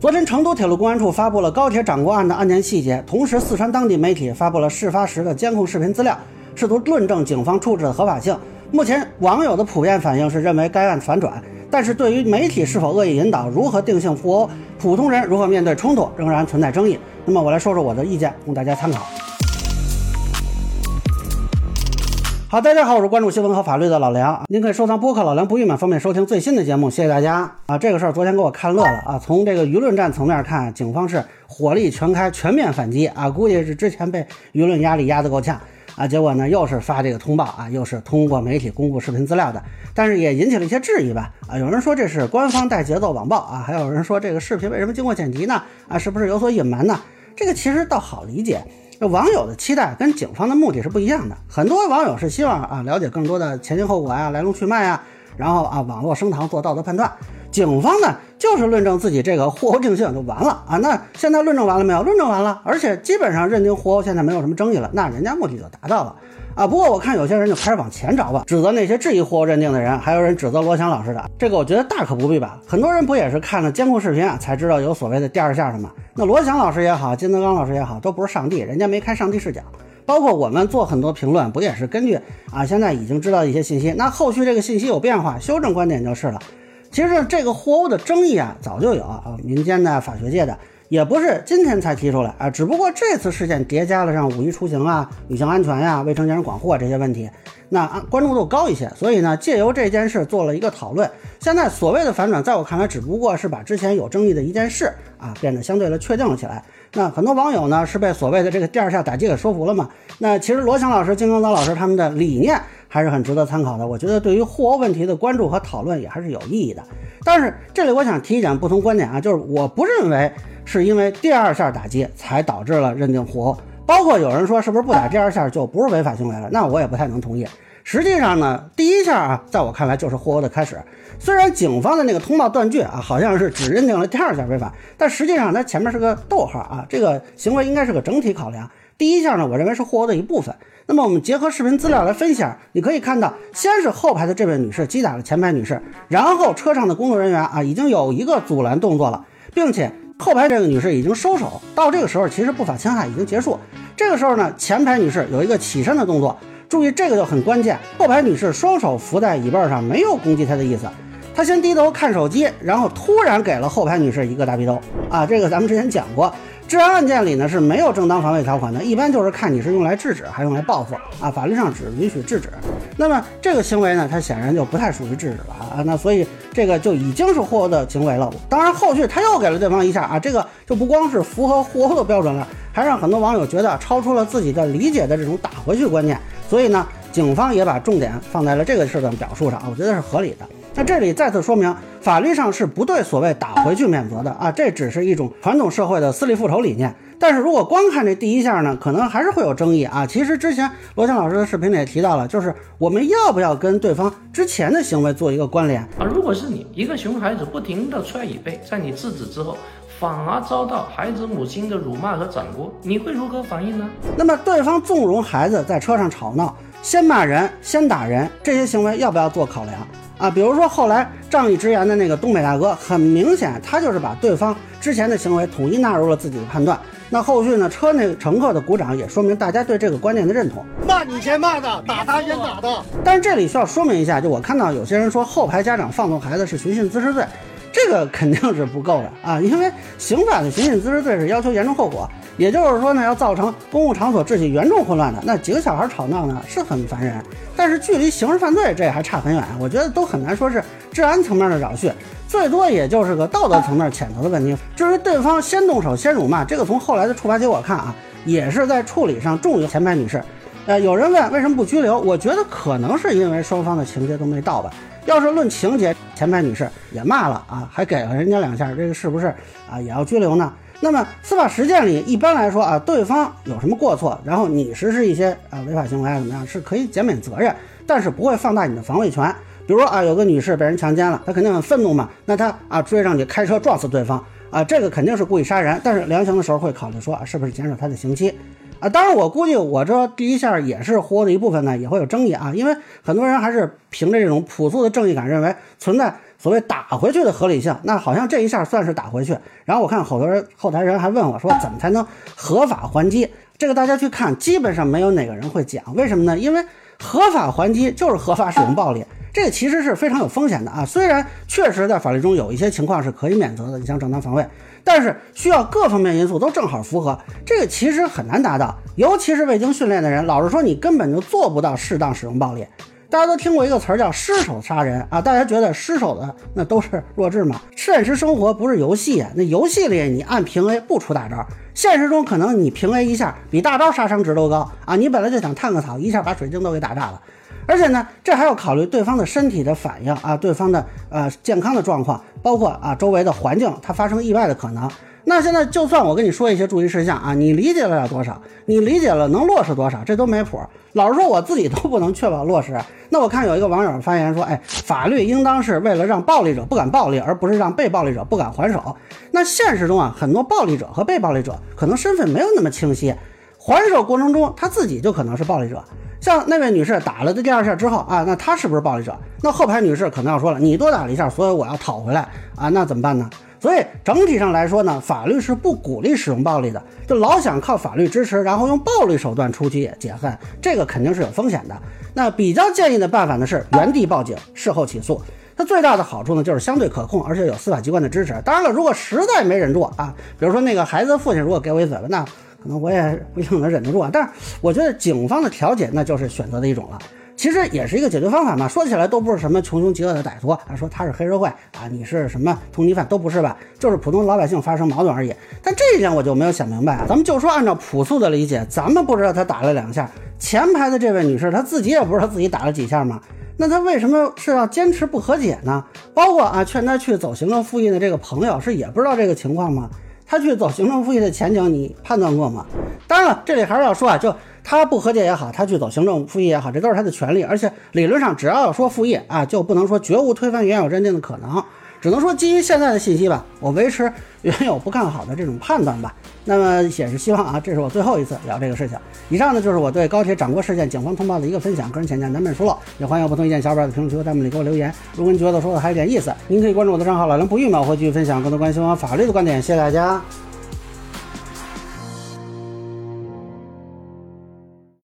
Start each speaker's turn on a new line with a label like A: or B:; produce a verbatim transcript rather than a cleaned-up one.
A: 昨天，成都铁路公安处发布了高铁掌掴案的案件细节，同时四川当地媒体发布了事发时的监控视频资料，试图论证警方处置的合法性。目前，网友的普遍反应是认为该案反转，但是对于媒体是否恶意引导、如何定性互殴、普通人如何面对冲突，仍然存在争议。那么，我来说说我的意见，供大家参考。好，大家好，我是关注新闻和法律的老梁，您可以收藏播客老梁不郁闷，方便收听最新的节目，谢谢大家啊！这个事儿昨天给我看乐了啊！从这个舆论战层面看，警方是火力全开，全面反击啊！估计是之前被舆论压力压得够呛啊，结果呢又是发这个通报啊，又是通过媒体公布视频资料的，但是也引起了一些质疑吧啊！有人说这是官方带节奏网暴啊，还有人说这个视频为什么经过剪辑呢？啊，是不是有所隐瞒呢？这个其实倒好理解。这网友的期待跟警方的目的是不一样的，很多网友是希望啊了解更多的前因后果啊、来龙去脉啊，然后啊网络升堂做道德判断。警方呢就是论证自己这个互殴定性就完了啊。那现在论证完了没有？论证完了，而且基本上认定互殴现在没有什么争议了，那人家目的就达到了啊。不过我看有些人就开始往前找吧，指责那些质疑互殴认定的人，还有人指责罗翔老师的，这个我觉得大可不必吧。很多人不也是看了监控视频啊才知道有所谓的第二下的吗？那罗翔老师也好，金德刚老师也好，都不是上帝，人家没开上帝视角。包括我们做很多评论，不也是根据啊现在已经知道一些信息，那后续这个信息有变化，修正观点就是了。其实这个互殴的争议啊早就有啊，民间的、法学界的，也不是今天才提出来啊，只不过这次事件叠加了上五一出行啊、女性安全呀、啊、未成年人管护啊这些问题，那关注度高一些，所以呢借由这件事做了一个讨论。现在所谓的反转，在我看来只不过是把之前有争议的一件事啊变得相对的确定了起来。那很多网友呢是被所谓的这个第二下打击给说服了嘛？那其实罗翔老师、金刚岛老师他们的理念还是很值得参考的，我觉得对于互殴问题的关注和讨论也还是有意义的。但是这里我想提一点不同观点啊，就是我不认为是因为第二下打击才导致了认定互殴，包括有人说是不是不打第二下就不是违法行为了，那我也不太能同意。实际上呢，第一下啊，在我看来就是互殴的开始。虽然警方的那个通报断句啊，好像是只认定了第二下违法，但实际上它前面是个逗号啊，这个行为应该是个整体考量。第一下呢，我认为是互殴的一部分。那么我们结合视频资料来分析，你可以看到，先是后排的这位女士击打了前排女士，然后车上的工作人员啊已经有一个阻拦动作了，并且后排这个女士已经收手，到这个时候其实不法侵害已经结束。这个时候呢，前排女士有一个起身的动作，注意这个就很关键，后排女士双手扶在椅背上，没有攻击她的意思。她先低头看手机，然后突然给了后排女士一个大逼兜啊！这个咱们之前讲过，治安案件里呢是没有正当防卫条款的，一般就是看你是用来制止还用来报复啊，法律上只允许制止。那么这个行为呢，它显然就不太属于制止了啊，那所以这个就已经是互殴的行为了。当然后续他又给了对方一下啊，这个就不光是符合互殴的标准了，还让很多网友觉得超出了自己的理解的这种打回去观念，所以呢，警方也把重点放在了这个事的表述上，我觉得是合理的。那这里再次说明，法律上是不对所谓打回去免责的啊，这只是一种传统社会的私利复仇理念。但是如果光看这第一下呢，可能还是会有争议啊。其实之前罗翔老师的视频里也提到了，就是我们要不要跟对方之前的行为做一个关联
B: 啊？如果是你一个熊孩子不停地踹椅背，在你制止之后，反而遭到孩子母亲的辱骂和掌掴，你会如何反应呢？
A: 那么对方纵容孩子在车上吵闹，先骂人先打人，这些行为要不要做考量啊？比如说后来仗义直言的那个东北大哥，很明显他就是把对方之前的行为统一纳入了自己的判断。那后续呢，车内乘客的鼓掌也说明大家对这个观念的认同。
C: 骂你先骂的，打他先打的。
A: 但是这里需要说明一下，就我看到有些人说后排家长放纵孩子是寻衅滋事罪，这个肯定是不够的啊，因为刑法的寻衅滋事罪是要求严重后果，也就是说呢，要造成公共场所秩序严重混乱的，那几个小孩吵闹呢是很烦人，但是距离刑事犯罪这还差很远，我觉得都很难说是治安层面的扰序，最多也就是个道德层面谴责的问题。至于对方先动手先辱骂，这个从后来的处罚结果看啊，也是在处理上重于前排女士。呃，有人问为什么不拘留，我觉得可能是因为双方的情节都没到吧。要是论情节，前排女士也骂了啊，还给了人家两下，这个是不是啊也要拘留呢？那么司法实践里一般来说啊，对方有什么过错，然后你实施一些啊违法行为啊怎么样，是可以减免责任，但是不会放大你的防卫权。比如说啊，有个女士被人强奸了，她肯定很愤怒嘛，那她啊追上去开车撞死对方啊，这个肯定是故意杀人，但是量刑的时候会考虑说啊，是不是减少她的刑期。啊，当然我估计我这第一下也是互殴的一部分呢，也会有争议啊，因为很多人还是凭着这种朴素的正义感，认为存在所谓打回去的合理性，那好像这一下算是打回去。然后我看好多人后台人还问我说，怎么才能合法还击？这个大家去看，基本上没有哪个人会讲。为什么呢？因为合法还击就是合法使用暴力，这个其实是非常有风险的啊。虽然确实在法律中有一些情况是可以免责的，你像正当防卫，但是需要各方面因素都正好符合，这个其实很难达到。尤其是未经训练的人，老实说你根本就做不到适当使用暴力。大家都听过一个词儿叫失手杀人啊，大家觉得失手的那都是弱智吗？现实生活不是游戏啊，那游戏里你按平 A 不出大招，现实中可能你平 A 一下比大招杀伤值都高啊，你本来就想探个草，一下把水晶都给打炸了。而且呢，这还要考虑对方的身体的反应啊，对方的呃健康的状况，包括啊周围的环境，它发生意外的可能。那现在就算我跟你说一些注意事项啊，你理解了多少？你理解了能落实多少？这都没谱。老实说，我自己都不能确保落实。那我看有一个网友发言说，哎，法律应当是为了让暴力者不敢暴力，而不是让被暴力者不敢还手。那现实中啊，很多暴力者和被暴力者可能身份没有那么清晰，还手过程中他自己就可能是暴力者。像那位女士打了的第二下之后啊，那她是不是暴力者？那后排女士可能要说了，你多打了一下，所以我要讨回来啊，那怎么办呢？所以整体上来说呢，法律是不鼓励使用暴力的，就老想靠法律支持，然后用暴力手段出去解恨，这个肯定是有风险的。那比较建议的办法呢是原地报警，事后起诉。它最大的好处呢就是相对可控，而且有司法机关的支持。当然了，如果实在没忍住啊，比如说那个孩子的父亲如果给我一嘴巴，那可能我也不一定能忍得住啊。但是我觉得警方的调解那就是选择的一种了。其实也是一个解决方法嘛，说起来都不是什么穷凶极恶的歹徒啊，说他是黑社会啊，你是什么通缉犯都不是吧，就是普通老百姓发生矛盾而已。但这一点我就没有想明白啊，咱们就说按照朴素的理解，咱们不知道他打了两下，前排的这位女士她自己也不知道自己打了几下吗？那她为什么是要坚持不和解呢？包括啊劝她去走行政复议的这个朋友是也不知道这个情况吗？他去走行政复议的前景你判断过吗？当然了，这里还是要说啊，就他不和解也好，他去走行政复议也好，这都是他的权利。而且理论上只要说复议啊，就不能说绝无推翻原有认定的可能，只能说基于现在的信息吧，我维持原有不看好的这种判断吧。那么也是希望啊，这是我最后一次聊这个事情。以上呢就是我对高铁掌掴事件警方通报的一个分享，个人浅见难免疏漏，也欢迎有不同意见小伙伴在评论区和弹幕里给我留言。如果您觉得说的还有点意思，您可以关注我的账号老梁不郁闷，我会继续分享更多关于新闻法律的观点。谢谢大家。